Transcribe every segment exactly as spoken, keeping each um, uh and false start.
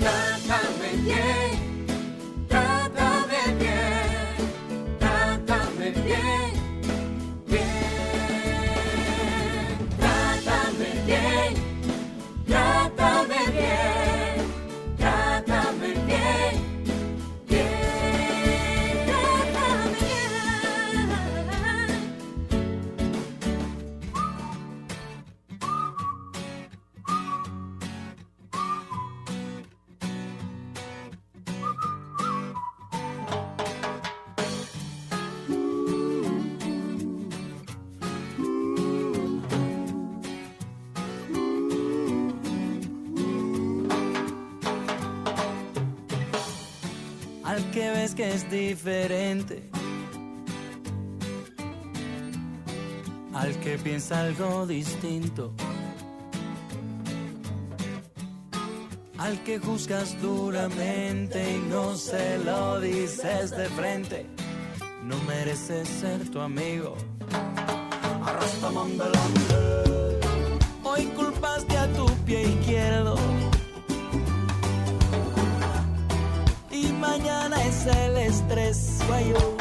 Trátame bien, trátame bien, trátame bien, bien. Trátame bien, trátame bien, trátame bien, bien. Trátame Al que ves que es diferente, al que piensa algo distinto, al que juzgas duramente y no se lo dices de frente, no mereces ser tu amigo. Arrastramandelande. Hoy culpaste a tu pie izquierdo y mañana es el estrés, guayo.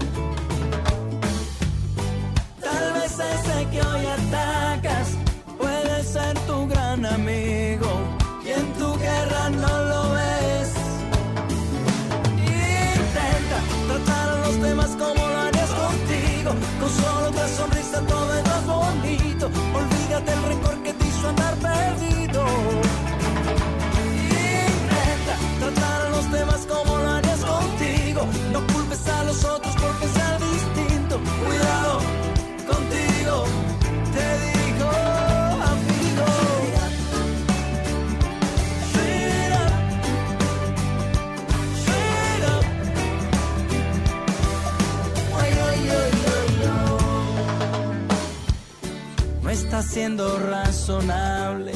Tal vez ese que hoy atacas puede ser tu gran amigo y en tu guerra no lo ves. Intenta tratar a los demás como lo harías contigo, con solo otra sonrisa todo es más bonito. Olvídate el rencor que te hizo andar perdido. Intenta tratar a los demás como lo harías contigo, no culpes a los otros por pensar distinto. Cuidado contigo, te digo, amigo. Straight up, straight up. Ay, ay, ay, ay, ay. No está siendo razonable.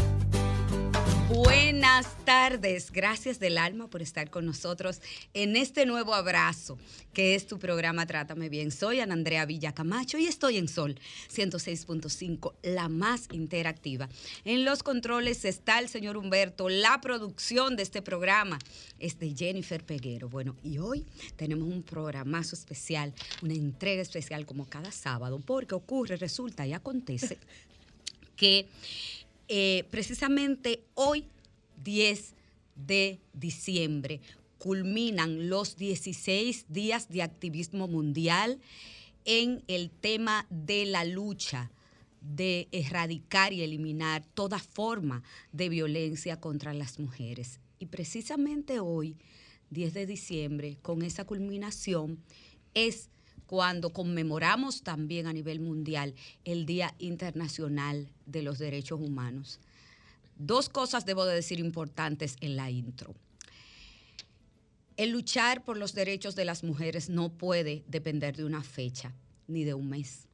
Buenas tardes, gracias del alma por estar con nosotros en este nuevo abrazo que es tu programa Trátame Bien. Soy Ana Andrea Villacamacho y estoy en Sol ciento seis punto cinco, la más interactiva. En los controles está el señor Humberto, la producción de este programa es de Jennifer Peguero. Bueno, y hoy tenemos un programazo especial, una entrega especial como cada sábado, porque ocurre, resulta y acontece que Eh, precisamente hoy, diez de diciembre, culminan los dieciséis días de activismo mundial en el tema de la lucha de erradicar y eliminar toda forma de violencia contra las mujeres. Y precisamente hoy, diez de diciembre, con esa culminación, es cuando conmemoramos también a nivel mundial el Día Internacional de los Derechos Humanos. Dos cosas debo de decir importantes en la intro. El luchar por los derechos de las mujeres no puede depender de una fecha ni de un mes.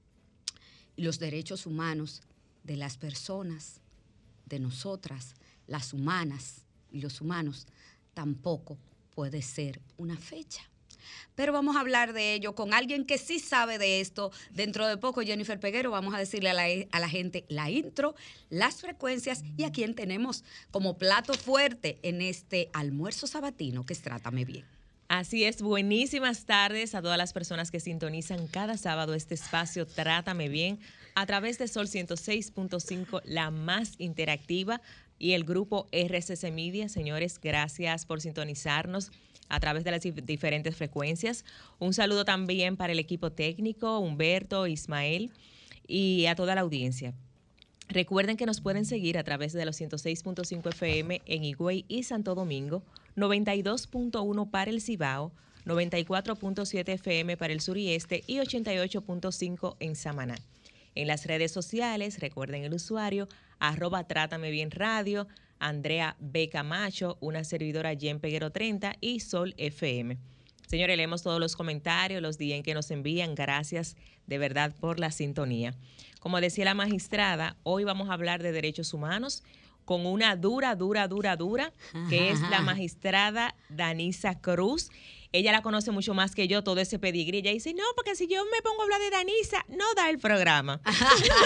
Y los derechos humanos de las personas, de nosotras, las humanas y los humanos, tampoco puede ser una fecha. Pero vamos a hablar de ello con alguien que sí sabe de esto. Dentro de poco, Jennifer Peguero, vamos a decirle a la, a la gente la intro, las frecuencias y a quién tenemos como plato fuerte en este almuerzo sabatino que es Trátame Bien. Así es, buenísimas tardes a todas las personas que sintonizan cada sábado este espacio Trátame Bien a través de Sol ciento seis punto cinco, la más interactiva, y el grupo R C C Media. Señores, gracias por sintonizarnos a través de las diferentes frecuencias. Un saludo también para el equipo técnico, Humberto, Ismael y a toda la audiencia. Recuerden que nos pueden seguir a través de los ciento seis punto cinco F M en Higüey y Santo Domingo, noventa y dos punto uno para el Cibao, noventa y cuatro punto siete F M para el sur y este y ochenta y ocho punto cinco en Samaná. En las redes sociales, recuerden el usuario, arroba Trátame Bien Radio, Andrea B. Camacho, una servidora Jen Peguero treinta y Sol F M. Señores, leemos todos los comentarios, los D M que nos envían. Gracias de verdad por la sintonía. Como decía la magistrada, hoy vamos a hablar de derechos humanos con una dura, dura, dura, dura, que es la magistrada Danisa Cruz. Ella la conoce mucho más que yo, todo ese pedigrí. Ella dice, no, porque si yo me pongo a hablar de Danisa, no da el programa.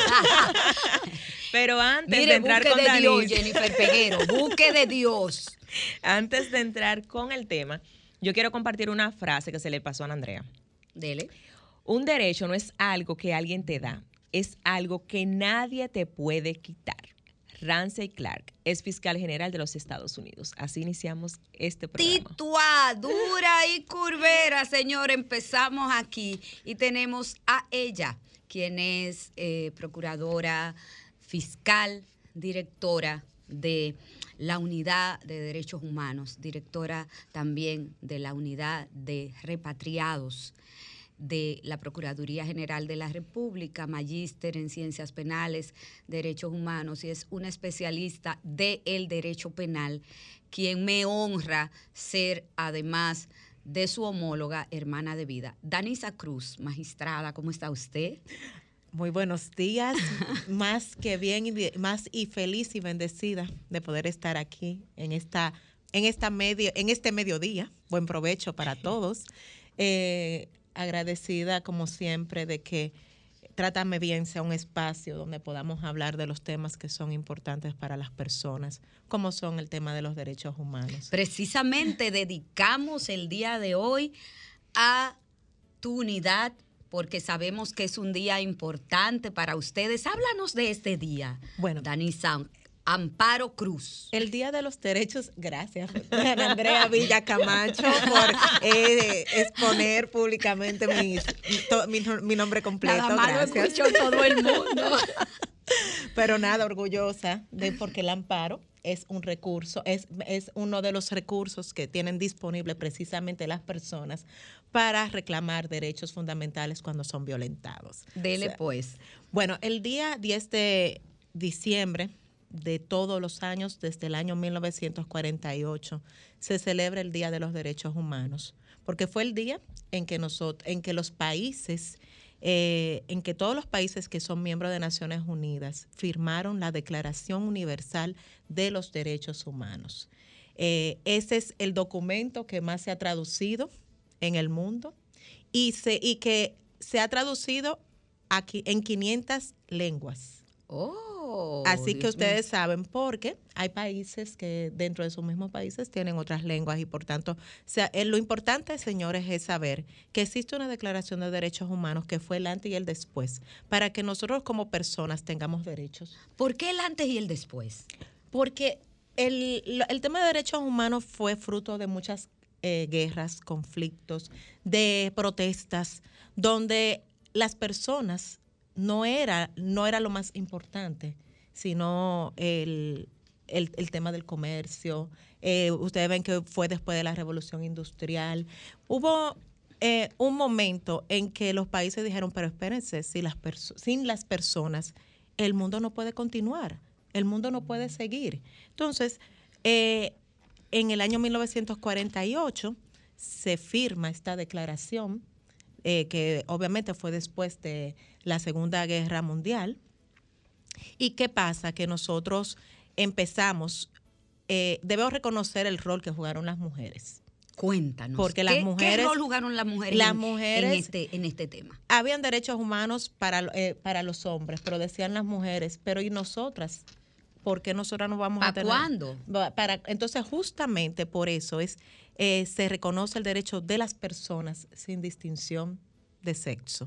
Pero antes Mire, de entrar con de Danisa... Dios, Jennifer Peguero, busque de Dios. Antes de entrar con el tema, yo quiero compartir una frase que se le pasó a Ana Andrea. Dele. Un derecho no es algo que alguien te da, es algo que nadie te puede quitar. Ramsey Clark es fiscal general de los Estados Unidos. Así iniciamos este programa. Titua, dura y curvera, señor. Empezamos aquí y tenemos a ella, quien es eh, procuradora fiscal, directora de la Unidad de Derechos Humanos, directora también de la Unidad de Repatriados de la Procuraduría General de la República, magíster en Ciencias Penales, Derechos Humanos, y es una especialista del derecho penal, quien me honra ser, además de su homóloga, hermana de vida. Danisa Cruz, magistrada, ¿cómo está usted? Muy buenos días, más que bien, y más y feliz y bendecida de poder estar aquí en esta, en esta medio, en este mediodía. Buen provecho para todos. Eh, agradecida como siempre de que Trátame Bien sea un espacio donde podamos hablar de los temas que son importantes para las personas, como son el tema de los derechos humanos. Precisamente dedicamos el día de hoy a tu unidad, porque sabemos que es un día importante para ustedes. Háblanos de este día, Bueno, Danisa. Amparo Cruz. El Día de los Derechos, gracias, Ana Andrea Villa Camacho, por eh, exponer públicamente mi, to, mi, mi nombre completo. Nada más gracias. lo escuchó todo el mundo. Pero nada, orgullosa de porque el amparo es un recurso, es, es uno de los recursos que tienen disponible precisamente las personas para reclamar derechos fundamentales cuando son violentados. Dele O sea, pues. Bueno, el día diez de diciembre de todos los años, desde el año mil novecientos cuarenta y ocho, se celebra el Día de los Derechos Humanos, porque fue el día en que nosotros, en que los países, eh, en que todos los países que son miembros de Naciones Unidas firmaron la Declaración Universal de los Derechos Humanos. Eh, ese es el documento que más se ha traducido en el mundo y, se, y que se ha traducido aquí en quinientas lenguas. Oh, Así que Dios ustedes mío. saben, porque hay países que dentro de sus mismos países tienen otras lenguas y por tanto, o sea, eh, lo importante, señores, es saber que existe una declaración de derechos humanos que fue el antes y el después, para que nosotros como personas tengamos derechos. ¿Por qué el antes y el después? Porque el, lo- el tema de derechos humanos fue fruto de muchas eh, guerras, conflictos, de protestas, donde las personas no era, no era lo más importante, sino el, el, el tema del comercio. Eh, ustedes ven que fue después de la Revolución Industrial. Hubo eh, un momento en que los países dijeron, pero espérense, si las perso- sin las personas el mundo no puede continuar, el mundo no puede seguir. Entonces, eh, en el año mil novecientos cuarenta y ocho se firma esta declaración, eh, que obviamente fue después de la Segunda Guerra Mundial. ¿Y qué pasa? Que nosotros empezamos, eh, debemos reconocer el rol que jugaron las mujeres. Cuéntanos. Porque ¿qué, las ¿Qué mujeres- rol jugaron las mujeres, las en, mujeres- en este, en este tema? Habían derechos humanos para, eh, para los hombres, pero decían las mujeres, pero ¿y nosotras? ¿Por qué nosotras no vamos a ¿Para tener? cuándo? Va- Para, entonces, justamente por eso es eh, se reconoce el derecho de las personas sin distinción de sexo.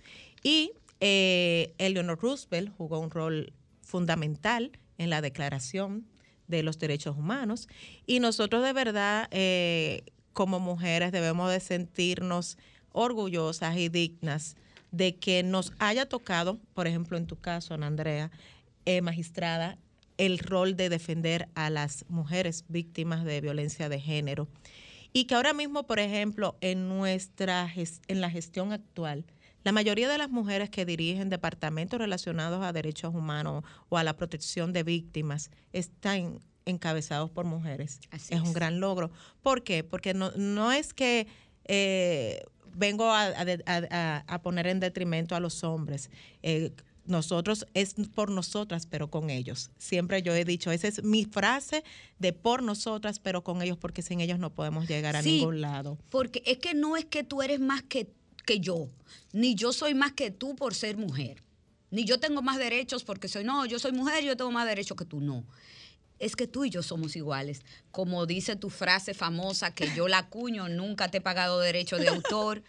Y eh, Eleanor Roosevelt jugó un rol fundamental en la Declaración de los Derechos Humanos y nosotros de verdad, eh, como mujeres, debemos de sentirnos orgullosas y dignas de que nos haya tocado, por ejemplo, en tu caso, Ana Andrea, eh, magistrada, el rol de defender a las mujeres víctimas de violencia de género. Y que ahora mismo, por ejemplo, en nuestra ges- en la gestión actual, la mayoría de las mujeres que dirigen departamentos relacionados a derechos humanos o a la protección de víctimas están encabezados por mujeres. Así es es. un gran logro. ¿Por qué? Porque no, no es que eh, vengo a, a, a- a poner en detrimento a los hombres. Eh, nosotros es por nosotras, pero con ellos. Siempre yo he dicho, esa es mi frase de por nosotras, pero con ellos, porque sin ellos no podemos llegar a Sí. ningún lado. Porque es que no es que tú eres más que, que yo, ni yo soy más que tú por ser mujer, ni yo tengo más derechos porque soy, no, yo soy mujer y yo tengo más derechos que tú, no. es que tú y yo somos iguales. Como dice tu frase famosa, que yo la acuño, nunca te he pagado derecho de autor.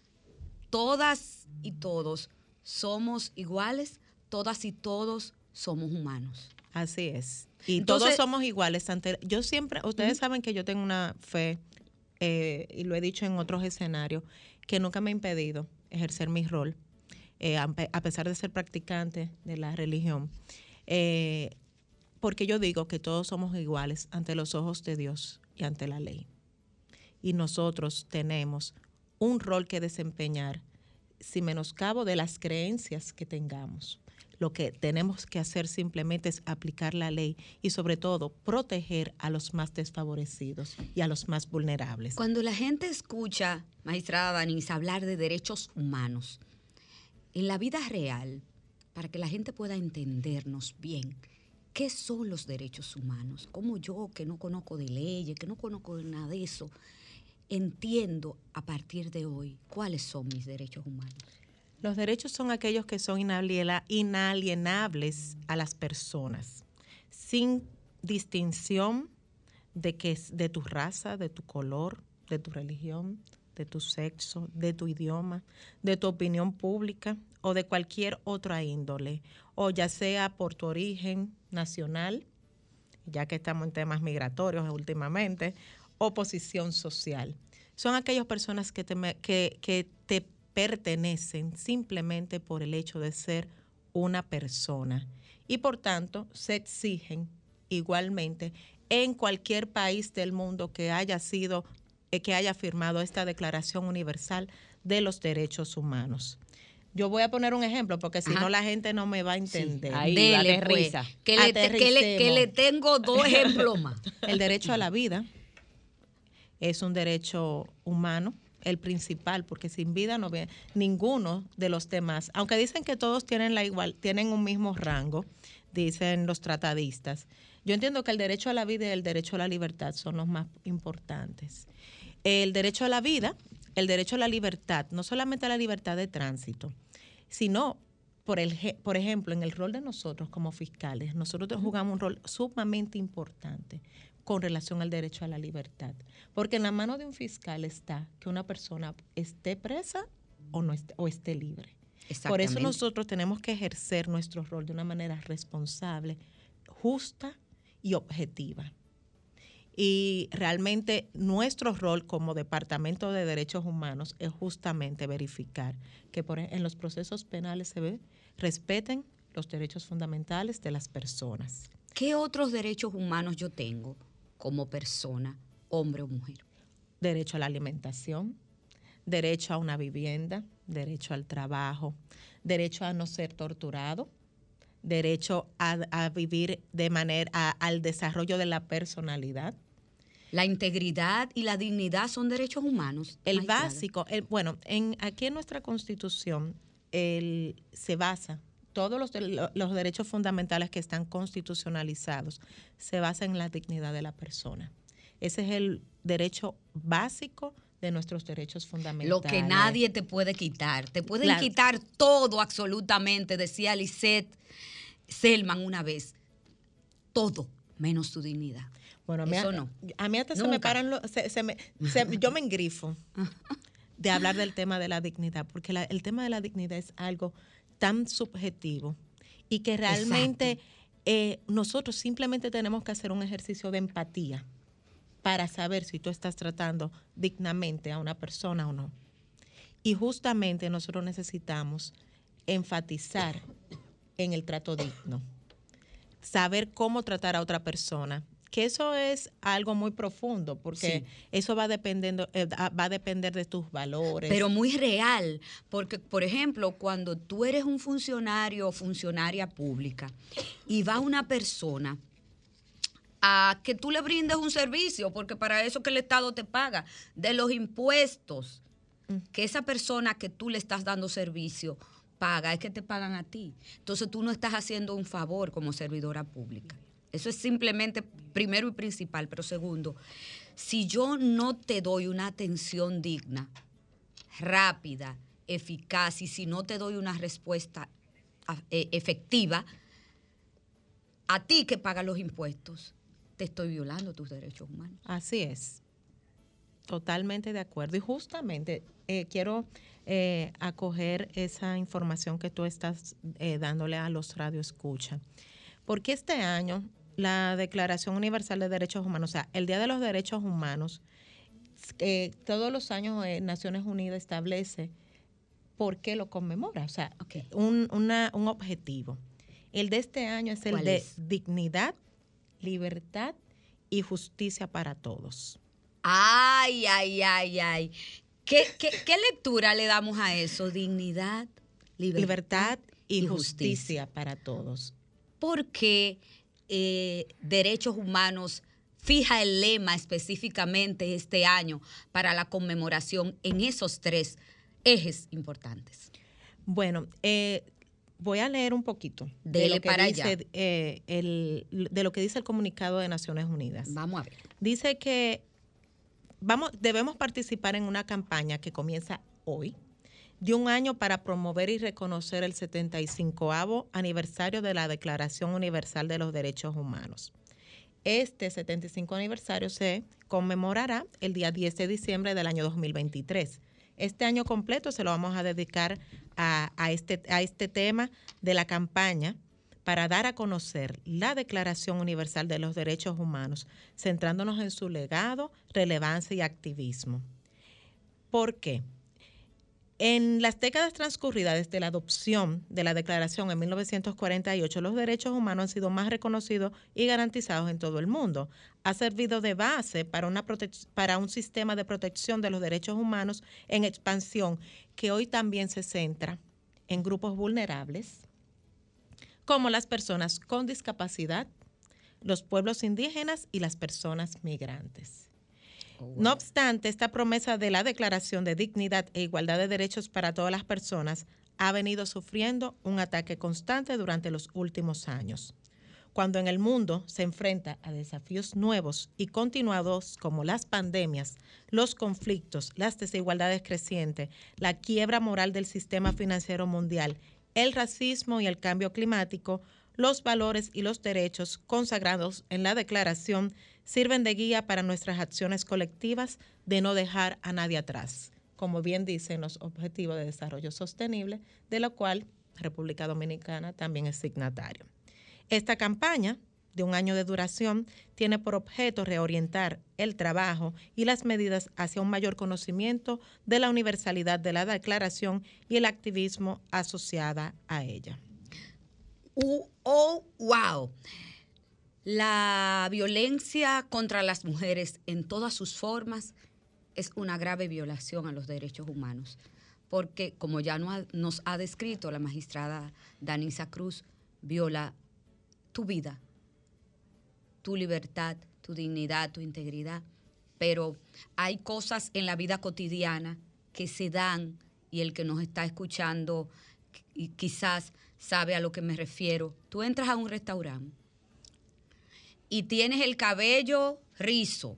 Todas y todos somos iguales, todas y todos somos humanos. Así es. Y Entonces, todos somos iguales ante. Yo siempre, ustedes uh-huh. saben que yo tengo una fe, eh, y lo he dicho en otros escenarios, que nunca me ha impedido ejercer mi rol, eh, a, a pesar de ser practicante de la religión, eh, porque yo digo que todos somos iguales ante los ojos de Dios y ante la ley. Y nosotros tenemos un rol que desempeñar sin menoscabo de las creencias que tengamos. Lo que tenemos que hacer simplemente es aplicar la ley y sobre todo proteger a los más desfavorecidos y a los más vulnerables. Cuando la gente escucha, magistrada Danisa, hablar de derechos humanos, en la vida real, para que la gente pueda entendernos bien, ¿qué son los derechos humanos? ¿Cómo yo, que no conozco de leyes, que no conozco de nada de eso, entiendo a partir de hoy cuáles son mis derechos humanos? Los derechos son aquellos que son inalienables a las personas, sin distinción de, que, de tu raza, de tu color, de tu religión, de tu sexo, de tu idioma, de tu opinión pública o de cualquier otra índole, o ya sea por tu origen nacional, ya que estamos en temas migratorios últimamente, o posición social. Son aquellas personas que te, que, que te pertenecen simplemente por el hecho de ser una persona y por tanto se exigen igualmente en cualquier país del mundo que haya sido, eh, que haya firmado esta Declaración Universal de los Derechos Humanos. Yo voy a poner un ejemplo porque si Ajá. no la gente no me va a entender. Sí, ahí, Dele, pues, que, le te, que, le, que le tengo dos ejemplos más. El derecho a la vida es un derecho humano, el principal, porque sin vida no viene ninguno de los demás. Aunque dicen que todos tienen la igual, tienen un mismo rango, dicen los tratadistas. Yo entiendo que el derecho a la vida y el derecho a la libertad son los más importantes. El derecho a la vida, el derecho a la libertad, no solamente a la libertad de tránsito, sino, por, el, por ejemplo, en el rol de nosotros como fiscales, nosotros jugamos un rol sumamente importante con relación al derecho a la libertad. Porque en la mano de un fiscal está que una persona esté presa o, no esté, o esté libre. Por eso nosotros tenemos que ejercer nuestro rol de una manera responsable, justa y objetiva. Y realmente nuestro rol como Departamento de Derechos Humanos es justamente verificar que por, en los procesos penales se ve, respeten los derechos fundamentales de las personas. ¿Qué otros derechos humanos yo tengo como persona, hombre o mujer? Derecho a la alimentación, derecho a una vivienda, derecho al trabajo, derecho a no ser torturado, derecho a, a vivir de manera, a, al desarrollo de la personalidad. La integridad y la dignidad son derechos humanos. El magistrada. básico, el, bueno, en, aquí en nuestra Constitución el, se basa, todos los, los derechos fundamentales que están constitucionalizados se basan en la dignidad de la persona. Ese es el derecho básico de nuestros derechos fundamentales. Lo que nadie te puede quitar. Te pueden claro. quitar todo absolutamente, decía Lisette Selman una vez. Todo, menos tu dignidad. Bueno, a mí, Eso no. A mí hasta Nunca. se me paran los... Se, se me, se, yo me engrifo de hablar del tema de la dignidad, porque la, el tema de la dignidad es algo tan subjetivo y que realmente eh, nosotros simplemente tenemos que hacer un ejercicio de empatía para saber si tú estás tratando dignamente a una persona o no. Y justamente nosotros necesitamos enfatizar en el trato digno, saber cómo tratar a otra persona, que eso es algo muy profundo, porque sí. eso va dependiendo, eh, va a depender de tus valores. Pero muy real, porque, por ejemplo, cuando tú eres un funcionario o funcionaria pública y va una persona a que tú le brindes un servicio, porque para eso que el Estado te paga, de los impuestos, mm. que esa persona que tú le estás dando servicio paga, es que te pagan a ti. Entonces tú no estás haciendo un favor como servidora pública. Eso es simplemente primero y principal, pero segundo, si yo no te doy una atención digna, rápida, eficaz, y si no te doy una respuesta eh, efectiva, a ti que pagas los impuestos, te estoy violando tus derechos humanos. Así es. Totalmente de acuerdo. Y justamente eh, quiero eh, acoger esa información que tú estás eh, dándole a los radioescuchas. Porque este año la Declaración Universal de Derechos Humanos, o sea, el Día de los Derechos Humanos, eh, todos los años eh, Naciones Unidas establece por qué lo conmemora, o sea, Okay. un, una, un objetivo. El de este año es el ¿Cuál de es? dignidad, libertad y justicia para todos. Ay, ay, ay, ay. ¿Qué, qué, qué lectura le damos a eso? Dignidad, libertad, Libertad y, y justicia. justicia. para todos. Porque eh, Derechos Humanos fija el lema específicamente este año para la conmemoración en esos tres ejes importantes. Bueno, eh, voy a leer un poquito de Dele lo que para dice allá. eh, el, de lo que dice el comunicado de Naciones Unidas. Vamos a ver. Dice que vamos, debemos participar en una campaña que comienza hoy, de un año para promover y reconocer el setenta y cincoavo aniversario de la Declaración Universal de los Derechos Humanos. Este setenta y cinco aniversario se conmemorará el día diez de diciembre del año dos mil veintitrés. Este año completo se lo vamos a dedicar a, a, este, a este tema de la campaña para dar a conocer la Declaración Universal de los Derechos Humanos, centrándonos en su legado, relevancia y activismo. ¿Por qué? En las décadas transcurridas desde la adopción de la Declaración en mil novecientos cuarenta y ocho, los derechos humanos han sido más reconocidos y garantizados en todo el mundo. Ha servido de base para, una protec- para un sistema de protección de los derechos humanos en expansión que hoy también se centra en grupos vulnerables, como las personas con discapacidad, los pueblos indígenas y las personas migrantes. No obstante, esta promesa de la Declaración de Dignidad e Igualdad de Derechos para todas las personas ha venido sufriendo un ataque constante durante los últimos años. Cuando en el mundo se enfrenta a desafíos nuevos y continuados como las pandemias, los conflictos, las desigualdades crecientes, la quiebra moral del sistema financiero mundial, el racismo y el cambio climático, los valores y los derechos consagrados en la Declaración sirven de guía para nuestras acciones colectivas de no dejar a nadie atrás, como bien dicen los Objetivos de Desarrollo Sostenible, de lo cual República Dominicana también es signatario. Esta campaña, de un año de duración, tiene por objeto reorientar el trabajo y las medidas hacia un mayor conocimiento de la universalidad de la Declaración y el activismo asociada a ella. Uh, oh, wow. La violencia contra las mujeres en todas sus formas es una grave violación a los derechos humanos, porque como ya nos ha descrito la magistrada Danisa Cruz, viola tu vida, tu libertad, tu dignidad, tu integridad, pero hay cosas en la vida cotidiana que se dan y el que nos está escuchando y quizás sabe a lo que me refiero. Tú entras a un restaurante y tienes el cabello rizo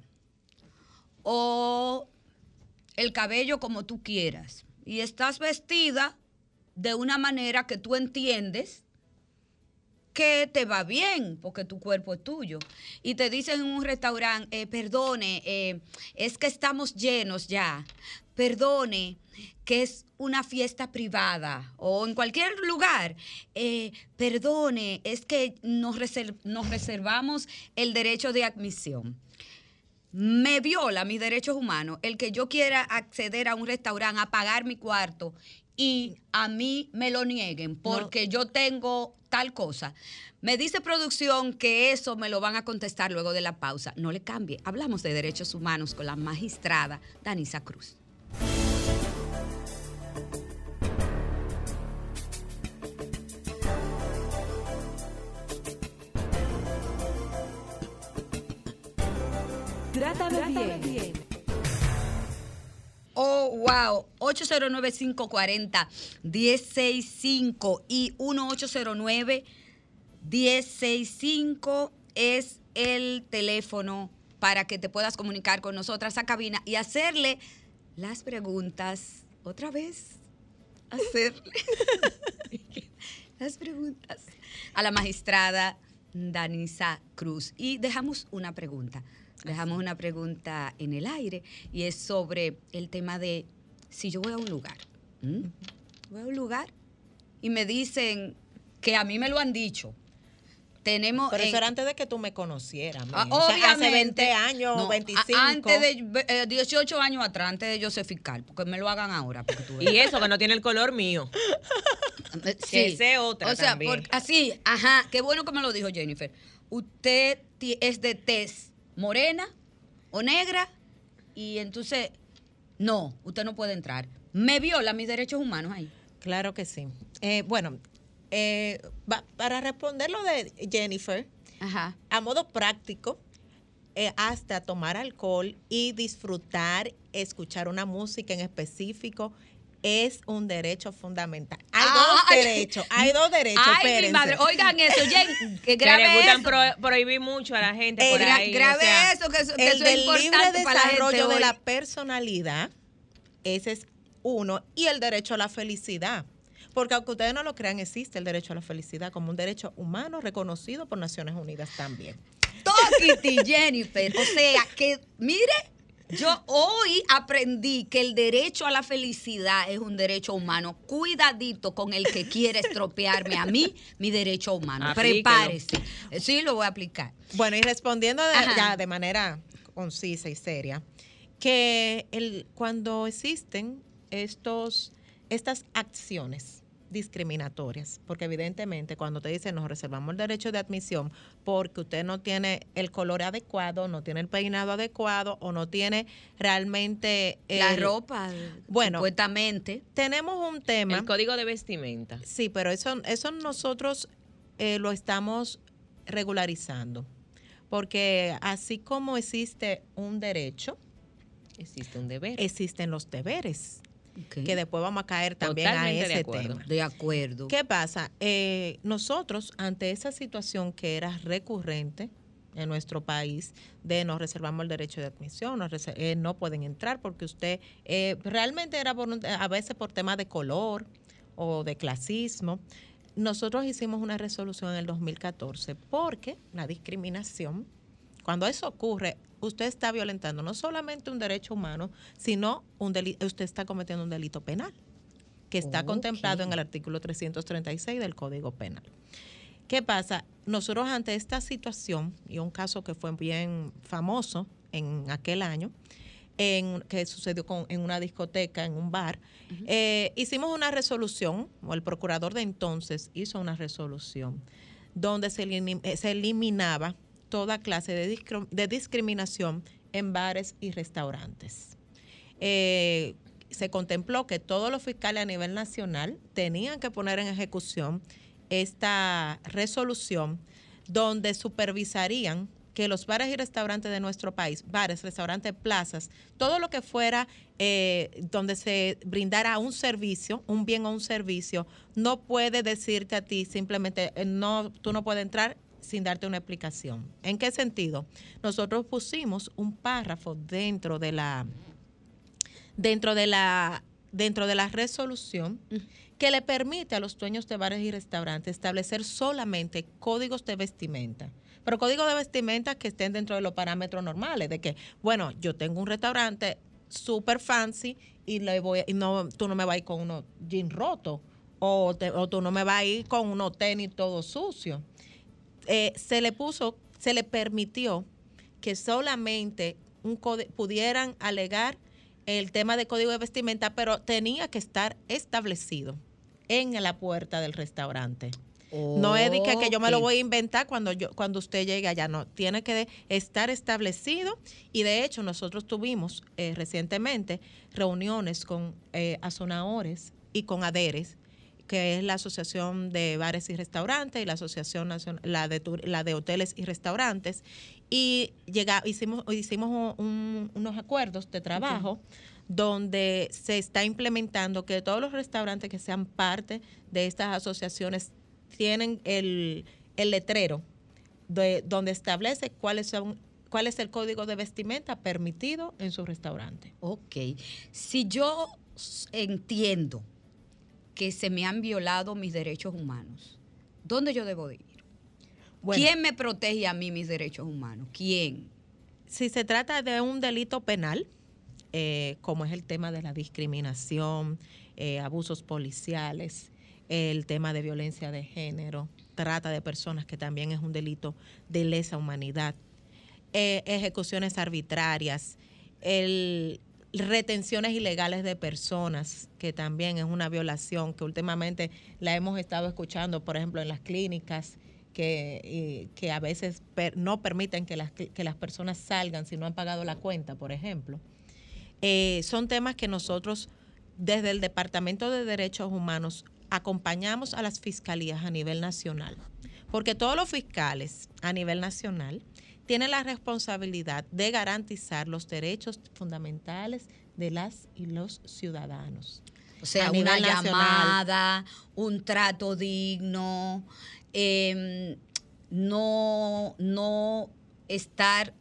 o el cabello como tú quieras y estás vestida de una manera que tú entiendes que te va bien porque tu cuerpo es tuyo y te dicen en un restaurante, eh, perdone, eh, es que estamos llenos ya, perdone, que es una fiesta privada o en cualquier lugar, eh, perdone, es que nos, reserv- nos reservamos el derecho de admisión. Me viola mis derechos humanos el que yo quiera acceder a un restaurante a pagar mi cuarto y a mí me lo nieguen porque no. Yo tengo tal cosa. Me dice producción que eso me lo van a contestar luego de la pausa. No le cambie. Hablamos de derechos humanos con la magistrada Danisa Cruz. Trátame bien. Oh, wow. ocho cero nueve, cinco cuatro cero, uno cero seis cinco y uno ocho cero nueve, uno cero seis cinco es el teléfono para que te puedas comunicar con nosotras a cabina y hacerle las preguntas. Otra vez, hacerle las preguntas a la magistrada Danisa Cruz. Y dejamos una pregunta, dejamos una pregunta en el aire y es sobre el tema de si yo voy a un lugar, ¿m? voy a un lugar y me dicen que a mí me lo han dicho. Tenemos Pero eso en- era antes de que tú me conocieras. Ah, mami. O sea, hace obviamente. veinte años, No, veinticinco. a- Antes de eh, dieciocho años atrás, antes de yo ser fiscal, porque me lo hagan ahora. Porque tú Y eso que no tiene el color mío. Eh, que esa es otra O sea, también. por- así, ajá, qué bueno que me lo dijo Jennifer. Usted ti- es de tez morena o negra y entonces, no, usted no puede entrar. Me viola mis derechos humanos ahí. Claro que sí. Eh, bueno, eh, va- para responder lo de Jennifer, Ajá. a modo práctico, eh, hasta tomar alcohol y disfrutar, escuchar una música en específico, es un derecho fundamental. Hay Ah, dos ay, derechos, hay dos derechos, Ay, mi espérense. madre, oigan eso, Jen, que Que grabe le gustan eso. pro- prohibir mucho a la gente Eh, por Gra- ahí. o grabe sea, eso, que eso, que El eso es del libre importante para la gente desarrollo de hoy. la personalidad, ese es uno, y el derecho a la felicidad. Porque aunque ustedes no lo crean, existe el derecho a la felicidad como un derecho humano reconocido por Naciones Unidas también. Toquiti, Jennifer. O sea, que, mire, yo hoy aprendí que el derecho a la felicidad es un derecho humano. Cuidadito con el que quiere estropearme a mí mi derecho humano. Aplíquelo. Prepárese. Sí, lo voy a aplicar. Bueno, y respondiendo de, Ajá. ya de manera concisa y seria, que el, cuando existen estos, estas acciones discriminatorias, porque evidentemente cuando te dicen nos reservamos el derecho de admisión porque usted no tiene el color adecuado, no tiene el peinado adecuado o no tiene realmente La el- ropa, bueno, supuestamente. tenemos un tema. el código de vestimenta. Sí, pero eso, eso nosotros eh, lo estamos regularizando, porque así como existe un derecho, Existe un deber. existen los deberes, Ok. que después vamos a caer también Totalmente a de ese acuerdo. tema. De acuerdo. ¿Qué pasa? Eh, nosotros, ante esa situación que era recurrente en nuestro país, de nos reservamos el derecho de admisión, nos reser- eh, no pueden entrar porque usted eh, realmente era por un- a veces por temas de color o de clasismo. Nosotros hicimos una resolución en el dos mil catorce porque la discriminación, cuando eso ocurre, usted está violentando no solamente un derecho humano, sino un deli- usted está cometiendo un delito penal que está Ok. contemplado en el artículo trescientos treinta y seis del Código Penal. ¿Qué pasa? Nosotros ante esta situación, y un caso que fue bien famoso en aquel año, en, que sucedió con, en una discoteca, en un bar, eh, hicimos una resolución, o el procurador de entonces hizo una resolución, donde se, elim- eh, se eliminaba toda clase de, discri- de discriminación en bares y restaurantes. Eh, se contempló que todos los fiscales a nivel nacional tenían que poner en ejecución esta resolución donde supervisarían que los bares y restaurantes de nuestro país, bares, restaurantes, plazas, todo lo que fuera eh, donde se brindara un servicio, un bien o un servicio, no puede decirte a ti simplemente, eh, no, tú no puedes entrar sin darte una explicación. ¿En qué sentido? Nosotros pusimos un párrafo dentro de la dentro de la dentro de la resolución que le permite a los dueños de bares y restaurantes establecer solamente códigos de vestimenta, pero códigos de vestimenta que estén dentro de los parámetros normales, de que, bueno, yo tengo un restaurante súper fancy y, le voy, y no, tú no me vas a ir con unos jeans rotos o, te- o tú no me vas a ir con unos tenis todo sucios. Eh, se le puso, se le permitió que solamente un code- pudieran alegar el tema de código de vestimenta, pero tenía que estar establecido en la puerta del restaurante. No es de que, que yo me lo voy a inventar cuando yo cuando usted llegue allá, no, tiene que de- estar establecido y de hecho nosotros tuvimos eh, recientemente reuniones con eh, Azonadores y con ADERES, que es la Asociación de Bares y Restaurantes y la Asociación Nacional, la de, tur- la de Hoteles y Restaurantes, y llega, hicimos, hicimos un- unos acuerdos de trabajo donde se está implementando que todos los restaurantes que sean parte de estas asociaciones tienen el, el letrero de, donde establece cuáles son cuál es el código de vestimenta permitido en su restaurante. Ok. Si yo s- entiendo que se me han violado mis derechos humanos, ¿dónde yo debo de ir? Bueno. ¿Quién me protege a mí mis derechos humanos? ¿Quién? Si se trata de un delito penal, eh, como es el tema de la discriminación, eh, abusos policiales, el tema de violencia de género, trata de personas, que también es un delito de lesa humanidad, eh, ejecuciones arbitrarias, el, retenciones ilegales de personas, que también es una violación que últimamente la hemos estado escuchando, por ejemplo, en las clínicas, que, y, que a veces per, no permiten que las, que las personas salgan si no han pagado la cuenta, por ejemplo. Eh, son temas que nosotros, desde el Departamento de Derechos Humanos, acompañamos a las fiscalías a nivel nacional, porque todos los fiscales a nivel nacional tienen la responsabilidad de garantizar los derechos fundamentales de las y los ciudadanos. O sea, A una nivel nacional. llamada, un trato digno, eh, no, no estar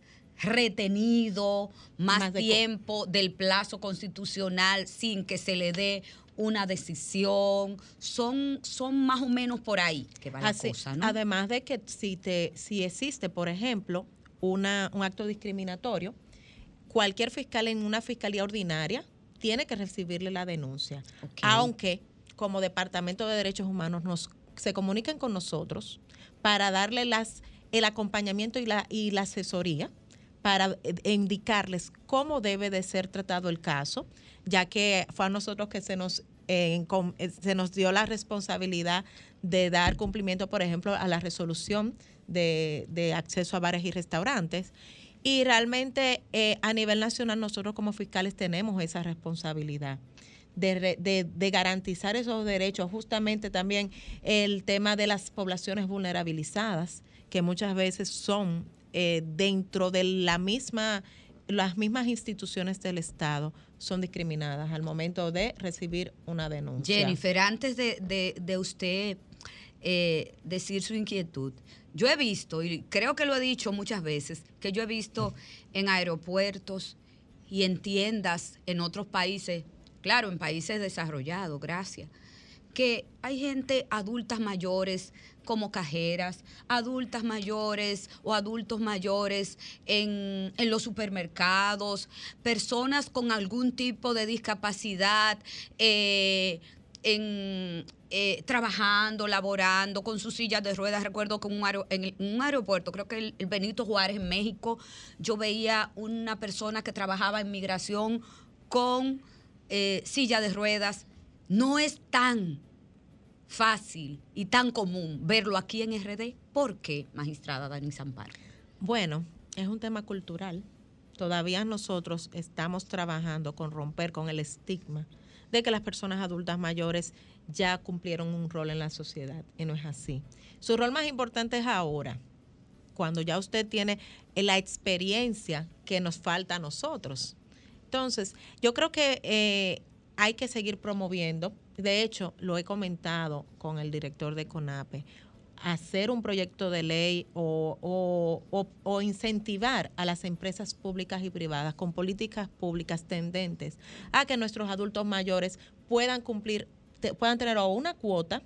retenido más, Más de co- tiempo del plazo constitucional sin que se le dé una decisión. Son, son más o menos por ahí que va la Así, cosa, ¿no? Además de que si, te, si existe, por ejemplo, una, un acto discriminatorio, cualquier fiscal en una fiscalía ordinaria tiene que recibirle la denuncia. Ok. Aunque como Departamento de Derechos Humanos nos se comuniquen con nosotros para darle las, el acompañamiento y la, y la asesoría, para eh, indicarles cómo debe de ser tratado el caso, ya que fue a nosotros que se nos, eh, com, eh, se nos dio la responsabilidad de dar cumplimiento, por ejemplo, a la resolución de, de acceso a bares y restaurantes. Y realmente eh, a nivel nacional nosotros como fiscales tenemos esa responsabilidad de, de, de garantizar esos derechos, justamente también el tema de las poblaciones vulnerabilizadas, que muchas veces son eh, dentro de la misma, las mismas instituciones del Estado, son discriminadas al momento de recibir una denuncia. Jennifer, antes de, de, de usted eh, decir su inquietud, yo he visto, y creo que lo he dicho muchas veces, que yo he visto en aeropuertos y en tiendas en otros países, claro, en países desarrollados, gracias, que hay gente, adultas mayores como cajeras, adultas mayores o adultos mayores en, en los supermercados, personas con algún tipo de discapacidad, eh, en, eh, trabajando, laborando, con sus sillas de ruedas. Recuerdo que un aer- en, el- en un aeropuerto, creo que el, el Benito Juárez en México, yo veía una persona que trabajaba en migración con eh, silla de ruedas. No es tan fácil y tan común verlo aquí en R D. ¿Por qué, magistrada Dani Amparo? Bueno, es un tema cultural. Todavía nosotros estamos trabajando con romper con el estigma de que las personas adultas mayores ya cumplieron un rol en la sociedad, y no es así. Su rol más importante es ahora, cuando ya usted tiene la experiencia que nos falta a nosotros. Entonces, yo creo que eh, hay que seguir promoviendo. De hecho, lo he comentado con el director de CONAPE, hacer un proyecto de ley o, o, o, o incentivar a las empresas públicas y privadas con políticas públicas tendentes a que nuestros adultos mayores puedan cumplir, te, puedan tener o una cuota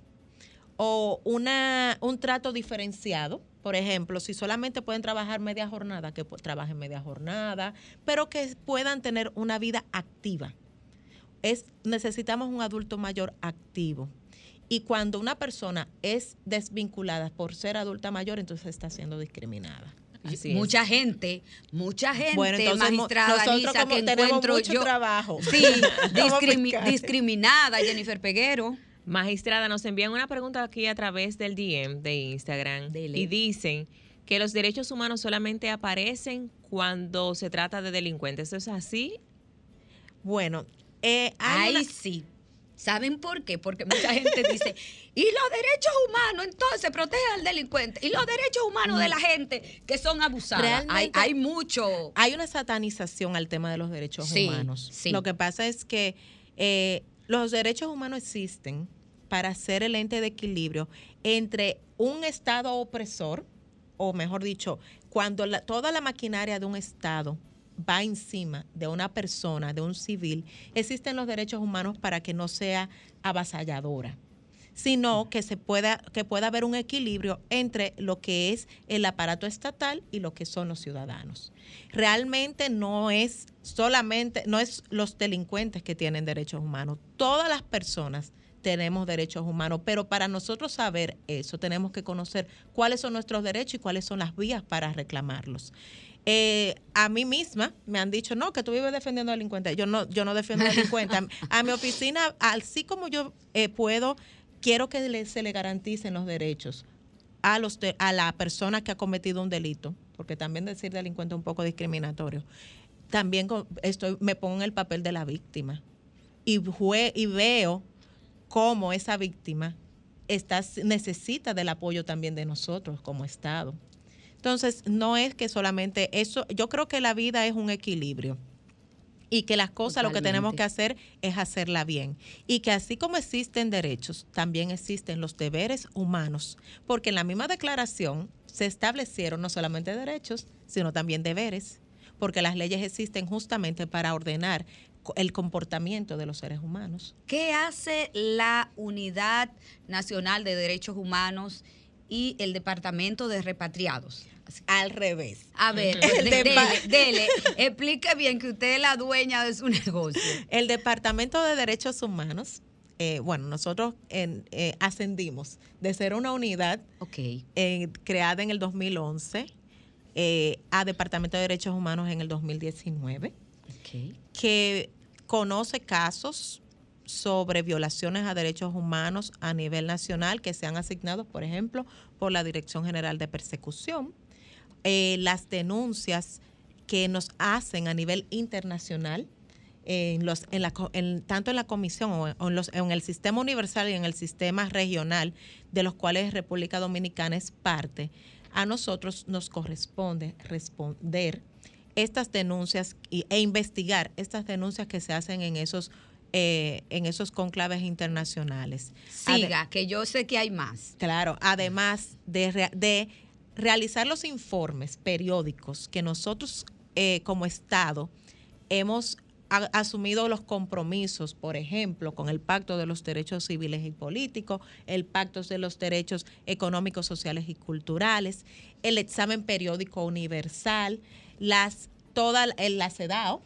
o una, un trato diferenciado. Por ejemplo, si solamente pueden trabajar media jornada, que pues, trabajen media jornada, pero que puedan tener una vida activa. Es, necesitamos un adulto mayor activo. Y cuando una persona es desvinculada por ser adulta mayor, entonces está siendo discriminada. Así mucha es. gente, mucha gente, Bueno, entonces, magistrada nosotros Anisa, como que tenemos encuentro mucho yo. trabajo. Sí, Como discrimi- fiscales. discriminada, Jennifer Peguero. Magistrada, nos envían una pregunta aquí a través del D M de Instagram. Dele. Y dicen que los derechos humanos solamente aparecen cuando se trata de delincuentes. ¿Eso es así? Bueno, eh, hay Ay, una- sí. ¿Saben por qué? Porque mucha gente dice, y los derechos humanos, entonces protegen al delincuente. Y los derechos humanos de la gente que son abusadas. Hay, Realmente- hay mucho. hay una satanización al tema de los derechos Sí, humanos. sí. Lo que pasa es que eh, los derechos humanos existen para ser el ente de equilibrio entre un Estado opresor, o mejor dicho, cuando la- toda la maquinaria de un Estado va encima de una persona, de un civil, existen los derechos humanos para que no sea avasalladora. sino que se pueda, que pueda haber un equilibrio entre lo que es el aparato estatal y lo que son los ciudadanos. Realmente no es solamente, no es los delincuentes que tienen derechos humanos, todas las personas tenemos derechos humanos, pero para nosotros saber eso tenemos que conocer cuáles son nuestros derechos y cuáles son las vías para reclamarlos. Eh, a mí misma me han dicho, no, que tú vives defendiendo a delincuentes. Yo no, yo no defiendo a delincuentes. A, a mi oficina, así como yo eh, puedo, quiero que le, se le garanticen los derechos a, los de, a la persona que ha cometido un delito, porque también decir delincuente es un poco discriminatorio. También estoy, me pongo en el papel de la víctima y, jue, y veo cómo esa víctima está, necesita del apoyo también de nosotros como Estado. Entonces, no es que solamente eso, yo creo que la vida es un equilibrio y que las cosas Totalmente. Lo que tenemos que hacer es hacerla bien. Y que así como existen derechos, también existen los deberes humanos, porque en la misma declaración se establecieron no solamente derechos, sino también deberes, porque las leyes existen justamente para ordenar el comportamiento de los seres humanos. ¿Qué hace la Unidad Nacional de Derechos Humanos y el Departamento de Repatriados? Al revés. A ver, pues, de, dele, dele, explique bien que usted es la dueña de su negocio. El Departamento de Derechos Humanos, eh, bueno, nosotros en, eh, ascendimos de ser una unidad okay. eh, creada en el dos mil once eh, a Departamento de Derechos Humanos en el dos mil diecinueve, okay. que conoce casos sobre violaciones a derechos humanos a nivel nacional que sean asignados, por ejemplo, por la Dirección General de Persecución, eh, las denuncias que nos hacen a nivel internacional, eh, en los, en la, en, tanto en la Comisión o, en, o en, los, en el Sistema Universal y en el Sistema Regional, de los cuales República Dominicana es parte. A nosotros nos corresponde responder estas denuncias y, e investigar estas denuncias que se hacen en esos Eh, en esos conclaves internacionales. Siga, Ade- que yo sé que hay más. Claro, además de, re- de realizar los informes periódicos que nosotros eh, como Estado hemos a- asumido los compromisos, por ejemplo, con el Pacto de los Derechos Civiles y Políticos, el Pacto de los Derechos Económicos, Sociales y Culturales, el examen periódico universal, las toda la CEDAW,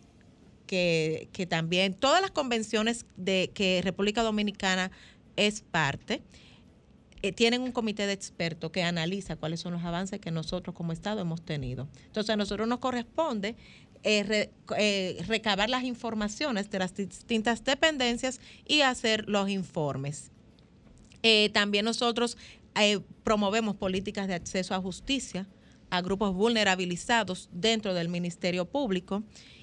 Que, que también todas las convenciones de que República Dominicana es parte, eh, tienen un comité de expertos que analiza cuáles son los avances que nosotros como Estado hemos tenido. Entonces a nosotros nos corresponde eh, re, eh, recabar las informaciones de las distintas dependencias y hacer los informes. Eh, también nosotros eh, promovemos políticas de acceso a justicia a grupos vulnerabilizados dentro del Ministerio Público,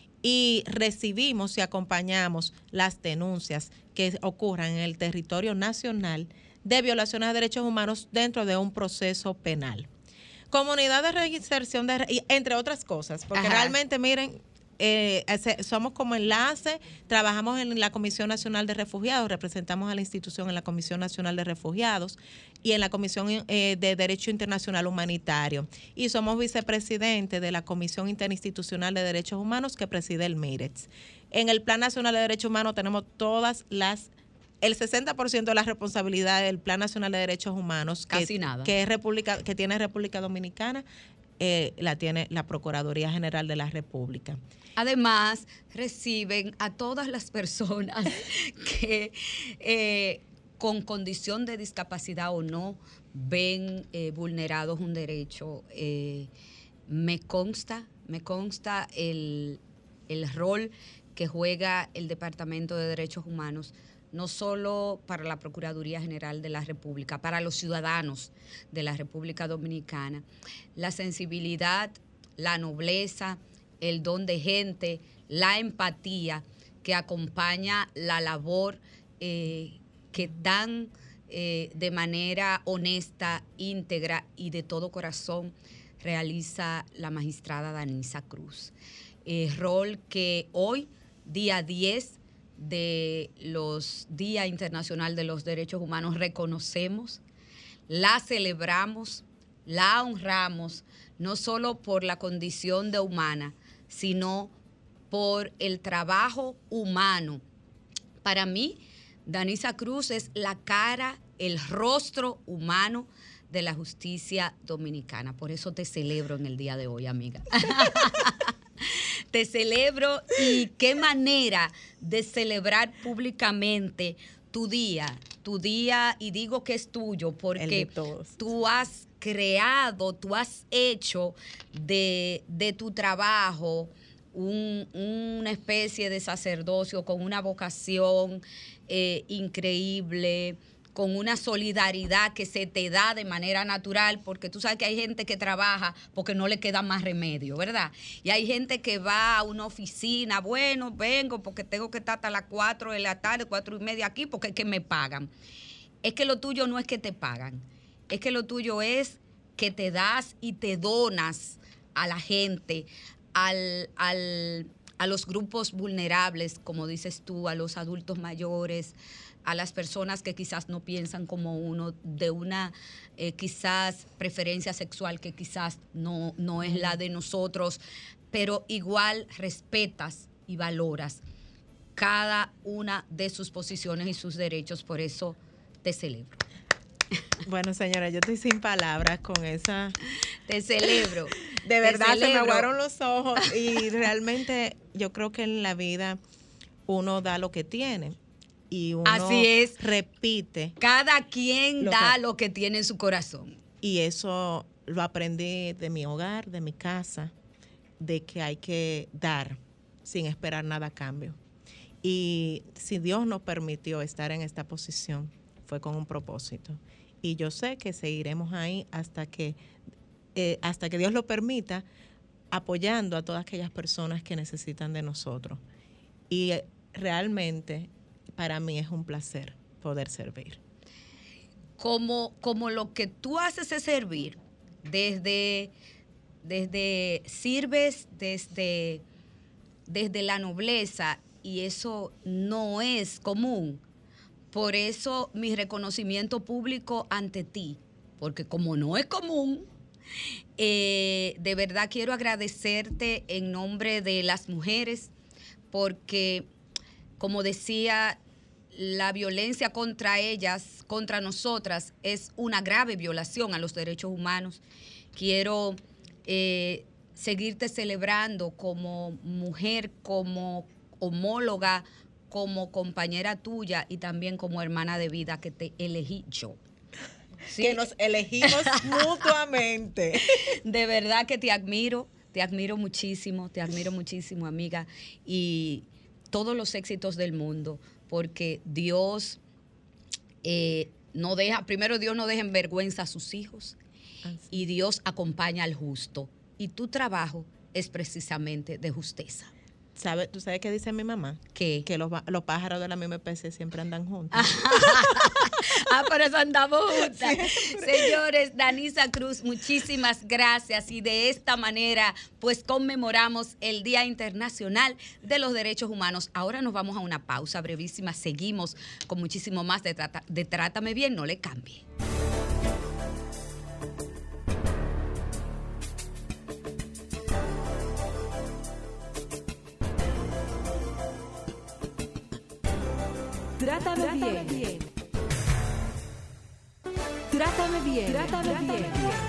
y recibimos y acompañamos las denuncias que ocurran en el territorio nacional de violaciones a derechos humanos dentro de un proceso penal. Comunidad de reinserción, de, entre otras cosas, porque Ajá. realmente, miren, eh, somos como enlace, trabajamos en la Comisión Nacional de Refugiados, representamos a la institución en la Comisión Nacional de Refugiados y en la Comisión eh, de Derecho Internacional Humanitario. Y somos vicepresidente de la Comisión Interinstitucional de Derechos Humanos que preside el MIREX. En el Plan Nacional de Derechos Humanos tenemos todas las, el sesenta por ciento de la responsabilidad del Plan Nacional de Derechos Humanos. Casi que, nada. Que, es República, que tiene República Dominicana, eh, la tiene la Procuraduría General de la República. Además, reciben a todas las personas que eh, con condición de discapacidad o no ven eh, vulnerados un derecho. Eh, me consta, me consta el, el rol que juega el Departamento de Derechos Humanos, no solo para la Procuraduría General de la República, para los ciudadanos de la República Dominicana. La sensibilidad, la nobleza, el don de gente, la empatía que acompaña la labor eh, que dan eh, de manera honesta, íntegra y de todo corazón realiza la magistrada Danisa Cruz. Eh, rol que hoy, día diez de los Día Internacional de los Derechos Humanos, reconocemos, la celebramos, la honramos, no solo por la condición de humana, sino por el trabajo humano. Para mí, Danisa Cruz es la cara el rostro humano de la justicia dominicana. Por eso te celebro en el día de hoy, amiga. Te celebro, y qué manera de celebrar públicamente tu día, tu día, y digo que es tuyo El de porque todos. tú has creado, tú has hecho de, de tu trabajo un- una especie de sacerdocio con una vocación eh, increíble, con una solidaridad que se te da de manera natural, porque tú sabes que hay gente que trabaja porque no le queda más remedio, ¿verdad? Y hay gente que va a una oficina, bueno, vengo porque tengo que estar hasta las cuatro de la tarde, cuatro y media aquí, porque es que me pagan. Es que lo tuyo no es que te pagan, es que lo tuyo es que te das y te donas a la gente, al, al, a los grupos vulnerables, como dices tú, a los adultos mayores, a las personas que quizás no piensan como uno, de una eh, quizás preferencia sexual que quizás no, no es la de nosotros, pero igual respetas y valoras cada una de sus posiciones y sus derechos. Por eso te celebro. Bueno, señora, yo estoy sin palabras con esa. Te celebro. De Te verdad se me celebro. aguaron los ojos y realmente yo creo que en la vida uno da lo que tiene y uno Así es. repite, Cada quien Lo da que- lo que tiene en su corazón. y eso lo aprendí de mi hogar, de mi casa, de que hay que dar sin esperar nada a cambio. Y si Dios nos permitió estar en esta posición, fue con un propósito. Y yo sé que seguiremos ahí hasta que, eh, hasta que Dios lo permita, apoyando a todas aquellas personas que necesitan de nosotros. Y eh, realmente para mí es un placer poder servir. Como, como lo que tú haces es servir, desde, desde sirves desde, desde la nobleza, y eso no es común. Por eso mi reconocimiento público ante ti, porque como no es común, eh, de verdad quiero agradecerte en nombre de las mujeres, porque como decía, la violencia contra ellas, contra nosotras, es una grave violación a los derechos humanos. Quiero eh, seguirte celebrando como mujer, como homóloga, como compañera tuya y también como hermana de vida que te elegí yo. Sí, Que nos elegimos mutuamente. de verdad que te admiro, te admiro muchísimo, te admiro muchísimo, amiga, y todos los éxitos del mundo, porque Dios eh, no deja, primero Dios no deja en vergüenza a sus hijos, y Dios acompaña al justo, y tu trabajo es precisamente de justeza. ¿Sabe, ¿Tú sabes qué dice mi mamá? ¿Qué? Que los, ba- los pájaros de la misma especie siempre andan juntos. Ah, por eso andamos juntas. Señores, Danisa Cruz, muchísimas gracias. Y de esta manera, pues conmemoramos el Día Internacional de los Derechos Humanos. Ahora nos vamos a una pausa brevísima. Seguimos con muchísimo más de, trata, de Trátame Bien, no le cambie. Trátame bien. Trátame bien. Trátame bien.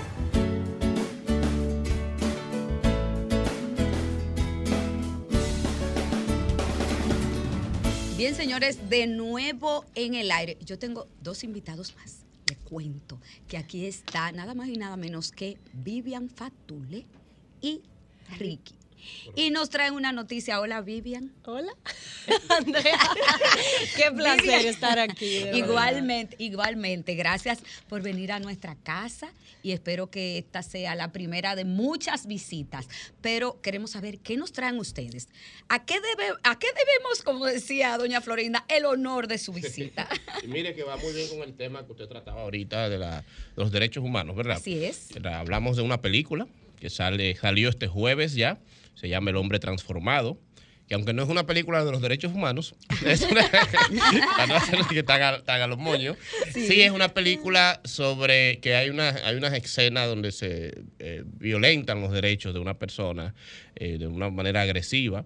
Bien, señores, de nuevo en el aire. Yo tengo dos invitados más. Les cuento que aquí está nada más y nada menos que Vivian Fatule y Ricky. Y nos traen una noticia. Hola, Vivian. Hola. Andrea, qué placer Vivian. estar aquí. de verdad. Igualmente, igualmente. Gracias por venir a nuestra casa y espero que esta sea la primera de muchas visitas. Pero queremos saber qué nos traen ustedes. ¿A qué, debe, a qué debemos, como decía doña Florinda, el honor de su visita? Y mire que va muy bien con el tema que usted trataba ahorita de, la, de los derechos humanos, ¿verdad? Así es. Hablamos de una película que sale, salió este jueves ya, se llama El Hombre Transformado, que aunque no es una película de los derechos humanos, es una, para no hacer que te haga, te haga los moños, sí. sí es una película sobre que hay, una, hay unas escenas donde se eh, violentan los derechos de una persona eh, de una manera agresiva.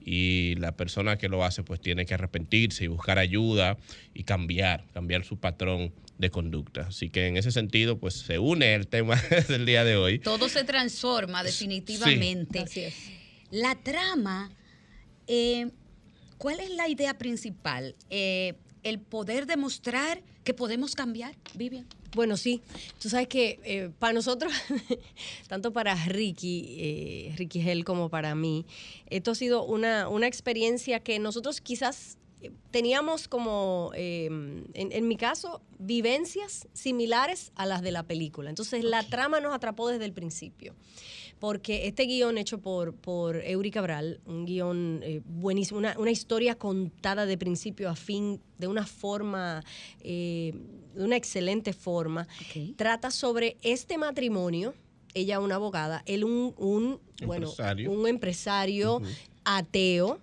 y la persona que lo hace pues tiene que arrepentirse y buscar ayuda y cambiar, cambiar su patrón de conducta. Así que en ese sentido pues se une el tema del día de hoy. Todo se transforma definitivamente. Sí. Así es. La trama, eh, ¿cuál es la idea principal? Eh, el poder demostrar que podemos cambiar, Vivian. Bueno, sí. Tú sabes que eh, para nosotros, tanto para Ricky, eh, Ricky Hell como para mí, esto ha sido una, una experiencia que nosotros quizás teníamos como, eh, en, en mi caso, vivencias similares a las de la película. Entonces, okay. La trama nos atrapó desde el principio. Porque este guión hecho por, por Eury Cabral, un guión eh, buenísimo, una, una historia contada de principio a fin de una forma, eh, de una excelente forma, okay. Trata sobre este matrimonio, ella una abogada, él un, un empresario, bueno, un empresario uh-huh. ateo,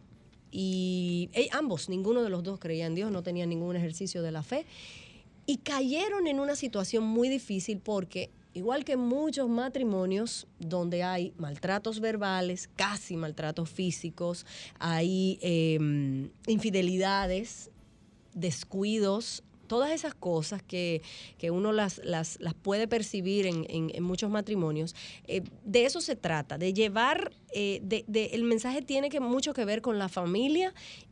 y eh, ambos, ninguno de los dos creía en Dios, no tenían ningún ejercicio de la fe, y cayeron en una situación muy difícil porque, igual que muchos matrimonios donde hay maltratos verbales, casi maltratos físicos, hay eh, infidelidades, descuidos, todas esas cosas que, que uno las, las, las puede percibir en, en, en muchos matrimonios, eh, de eso se trata, de llevar, eh, de, de, el mensaje tiene que mucho que ver con la familia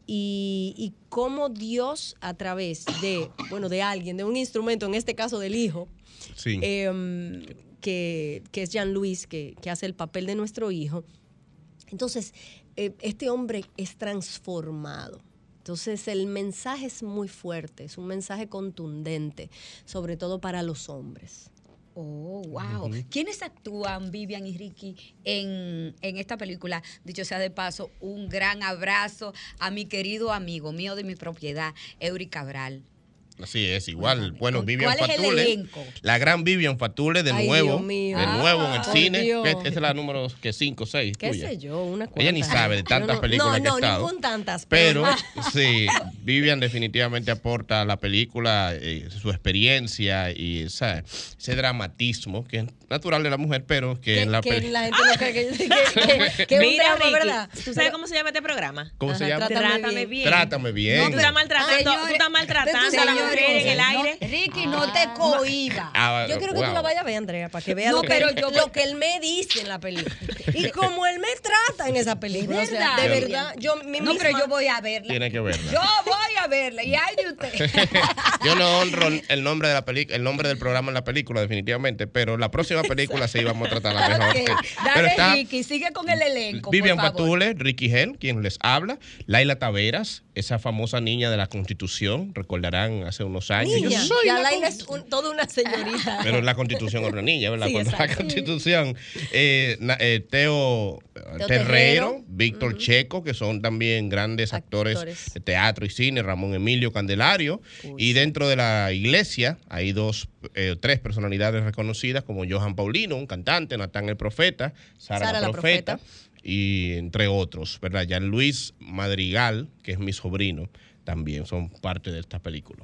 y, y cómo Dios a través de, bueno, de alguien, de un instrumento, en este caso del hijo, sí. eh, que, que es Jean-Louis, que, que hace el papel de nuestro hijo. Entonces, eh, este hombre es transformado. Entonces, el mensaje es muy fuerte, es un mensaje contundente, sobre todo para los hombres. Oh, wow. Uh-huh. ¿Quiénes actúan, Vivian y Ricky, en, en esta película? Dicho sea de paso, un gran abrazo a mi querido amigo mío de mi propiedad, Eury Cabral. Así es, igual. Bueno, Vivian ¿Cuál Fatule, es el elenco? La gran Vivian Fatule, de Ay, nuevo, Dios mío. de Ah, nuevo en el cine. Dios. Esta es la número que cinco, seis, ¿Qué tuya. sé yo? Una Ella ni sabe de tantas no, películas no, que ha no, estado. No, ningún tantas. Pero, pero sí, Vivian definitivamente aporta a la película eh, su experiencia y esa, ese dramatismo que es natural de la mujer, pero que, que en la que película... la gente no cree que, que, que, que Mira, es un drama, Ricky, ¿verdad? ¿tú sabes cómo se llama este programa? ¿Cómo Ajá, se llama? Trátame, Trátame bien. bien. Trátame bien. No, tú estás maltratando, Ay, tú señores, estás maltratando a la señores, mujer en el no, aire. Ricky, no te cohibas. Ah, Yo quiero que wow. tú la vayas a ver, Andrea, para que veas No, lo, que, pero él, yo- lo que él me dice en la película. Y como él me trata en esa película. ¿De O sea, verdad? de verdad, yo mi No, pero misma- yo voy a verla. Tiene que verla. Yo voy a verla. Y ay de usted. Yo no honro el nombre de la película, el nombre del programa en la película, definitivamente, pero la próxima película sí vamos a tratarla mejor. Ok, Pero dale, está Ricky, sigue con el elenco, Vivian por favor. Fatule, Ricky Hell, quien les habla, Laila Taveras, esa famosa niña de la Constitución, recordarán hace unos años. Niña, Yo soy ya la Laila es un- toda una señorita. Pero la Constitución era una niña, ¿verdad? Sí, Cuando la exacto. Constitución. Eh, na- eh, Teo, Teo Terrero, Terrero. Víctor Ujú. Checo, que son también grandes actores, Actores. de teatro y cine, Ramón Emilio Candelario. Uy, y sí. dentro de la iglesia hay dos, eh, tres personalidades reconocidas, como Johan Paulino, un cantante, Natán el Profeta, Sara, Sara la, la profeta, Profeta. y entre otros, ¿verdad? Ya Luis Madrigal, que es mi sobrino, también son parte de esta película.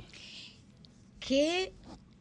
¿Qué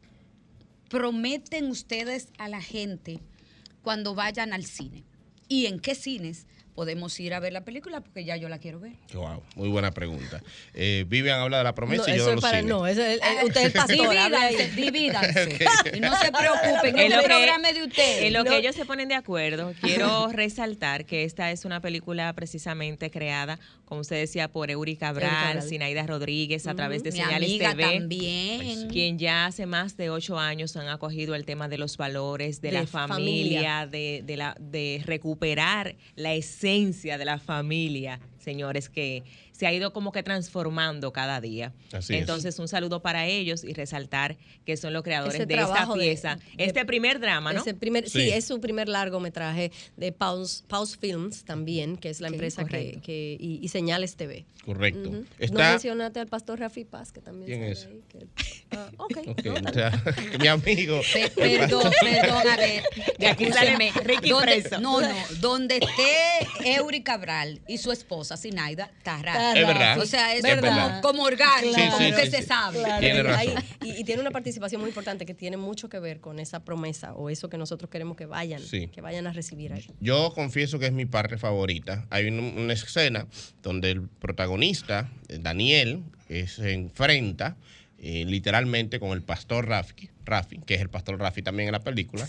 prometen ustedes a la gente cuando vayan al cine? ¿Y en qué cines podemos ir a ver la película? Porque ya yo la quiero ver. Wow, muy buena pregunta. Eh, Vivian habla de la promesa No, y yo eso de es los para, cines. no, eso es, el- usted es el pastor. hable ahí. Divídanse, divídanse. Y no se preocupen, En el lo que- programa es de ustedes. En lo No. que ellos se ponen de acuerdo, quiero resaltar que esta es una película precisamente creada, como usted decía, por Eury Cabral, Eury Cabral. Zinaida Rodríguez, a través de Mi Señales amiga T V. también. Quien ya hace más de ocho años han acogido el tema de los valores, de, De la familia, familia. De, de, la, de recuperar la esencia de la familia, señores, que se ha ido como que transformando cada día. Así es. Entonces, un saludo para ellos y resaltar que son los creadores Ese de esta trabajo de- pieza. de- este primer drama, ¿no? Ese primer, sí. Sí. es su primer largometraje de Pause, Pause Films también, que es la Sí, empresa que, correcto. que y, y Señales T V. Correcto. Ujú. No Está... mencionaste al pastor Rafi Paz, que también ¿Quién sale es? ahí, que- ah, ok, Ok, no, o sea, mi amigo. Pe- Perdón, perdón, a ver. De aquí sale Escúcheme, Ricky donde- preso. No, no, donde esté Eury Cabral y su esposa, Sinaida, Tarra. Es verdad. O sea, es, Es como, verdad. como orgánico, Sí, sí, como sí, que sí, se sí. sabe. Claro, Tiene y- razón. Y, y tiene una participación muy importante que tiene mucho que ver con esa promesa o eso que nosotros queremos que vayan, Sí. que vayan a recibir ahí. Yo confieso que es mi parte favorita. Hay un- una escena donde el protagonista, eh, Daniel, eh, se enfrenta eh, literalmente con el pastor Rafi, Rafi, que es el pastor Rafi también en la película,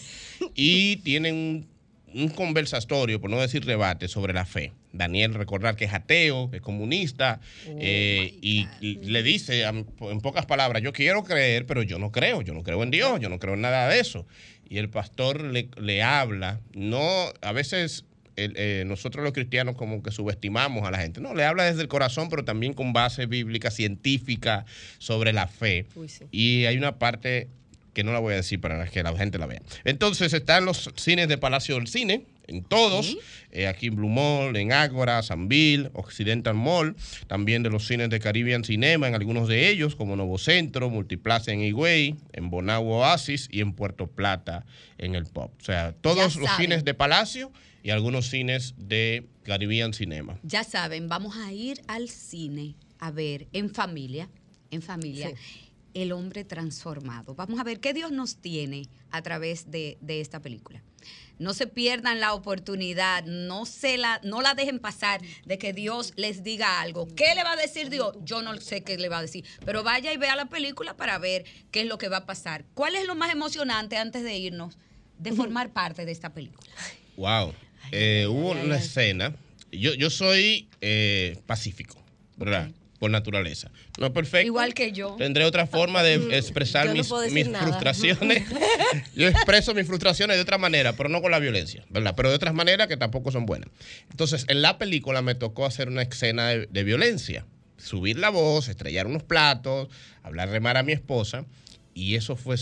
y tienen un, un conversatorio, por no decir debate, sobre la fe. Daniel, recordar que es ateo, es comunista, eh, y, y le dice am- en pocas palabras, yo quiero creer, pero yo no creo, yo no creo en Dios, yo no creo en nada de eso. Y el pastor le, le habla, no, a veces el, eh, nosotros los cristianos como que subestimamos a la gente, no, le habla desde el corazón, pero también con base bíblica, científica, sobre la fe. Uy, sí. Y hay una parte que no la voy a decir para que la gente la vea. Entonces están los cines de Palacio del Cine, en todos, Sí. eh, aquí en Blue Mall, en Ágora, Sanville, Occidental Mall, también de los cines de Caribbean Cinema, en algunos de ellos, como Nuevo Centro, Multiplaza en Higüey, en Bonao Oasis y en Puerto Plata, en el Pop. O sea, todos Ya los saben. cines de Palacio y algunos cines de Caribbean Cinema. Ya saben, vamos a ir al cine a ver en familia, en familia, Sí. El hombre transformado. Vamos a ver qué Dios nos tiene a través de, de esta película. No se pierdan la oportunidad, no, se la, no la dejen pasar de que Dios les diga algo. ¿Qué le va a decir Dios? Yo no sé qué le va a decir, pero vaya y vea la película para ver qué es lo que va a pasar. ¿Cuál es lo más emocionante antes de irnos de formar parte de esta película? Wow. Eh, hubo ay, una ay. escena. Yo, yo soy eh, pacífico, ¿verdad? Ok. Por naturaleza. No es perfecto. Igual que yo. Tendré otra forma de expresar Yo no mis, puedo decir mis nada. frustraciones. Yo expreso mis frustraciones de otra manera, pero no con la violencia, ¿verdad? Pero de otras maneras que tampoco son buenas. Entonces, en la película me tocó hacer una escena de, de violencia. Subir la voz, estrellar unos platos, hablar de mar a mi esposa. Y eso fue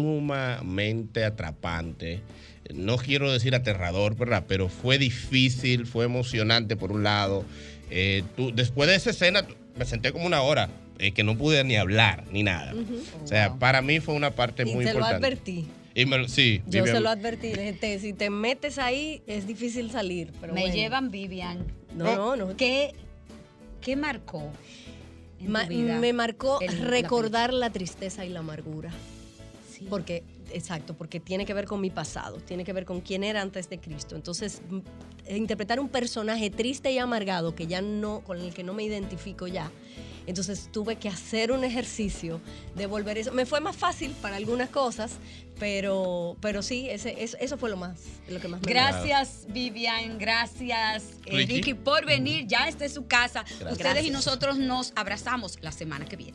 sumamente atrapante. No quiero decir aterrador, ¿verdad? Pero fue difícil, fue emocionante por un lado. Eh, tú, después de esa escena me senté como una hora eh, que no pude ni hablar ni nada. O sea, Wow. para mí fue una parte Y muy se lo importante. advertí. Y me lo- sí, Yo Vivian- se lo advertí. le dije, "Te- si te metes ahí, es difícil salir. Pero Me bueno". llevan, Vivian. No, no, no. ¿Qué, qué marcó en Ma- tu vida? me marcó el- la recordar la, tristeza y la amargura. Sí. Porque, exacto, porque tiene que ver con mi pasado, tiene que ver con quién era antes de Cristo. Entonces, m- interpretar un personaje triste y amargado que ya no, con el que no me identifico ya. Entonces tuve que hacer un ejercicio de volver eso. Me fue más fácil para algunas cosas, pero, pero sí, ese, eso, eso fue lo más, lo que más me Gracias, Vivian. Gracias, eh, Ricky. Ricky, por venir. Ya esta es su casa. Gracias. Ustedes y Gracias. nosotros nos abrazamos la semana que viene.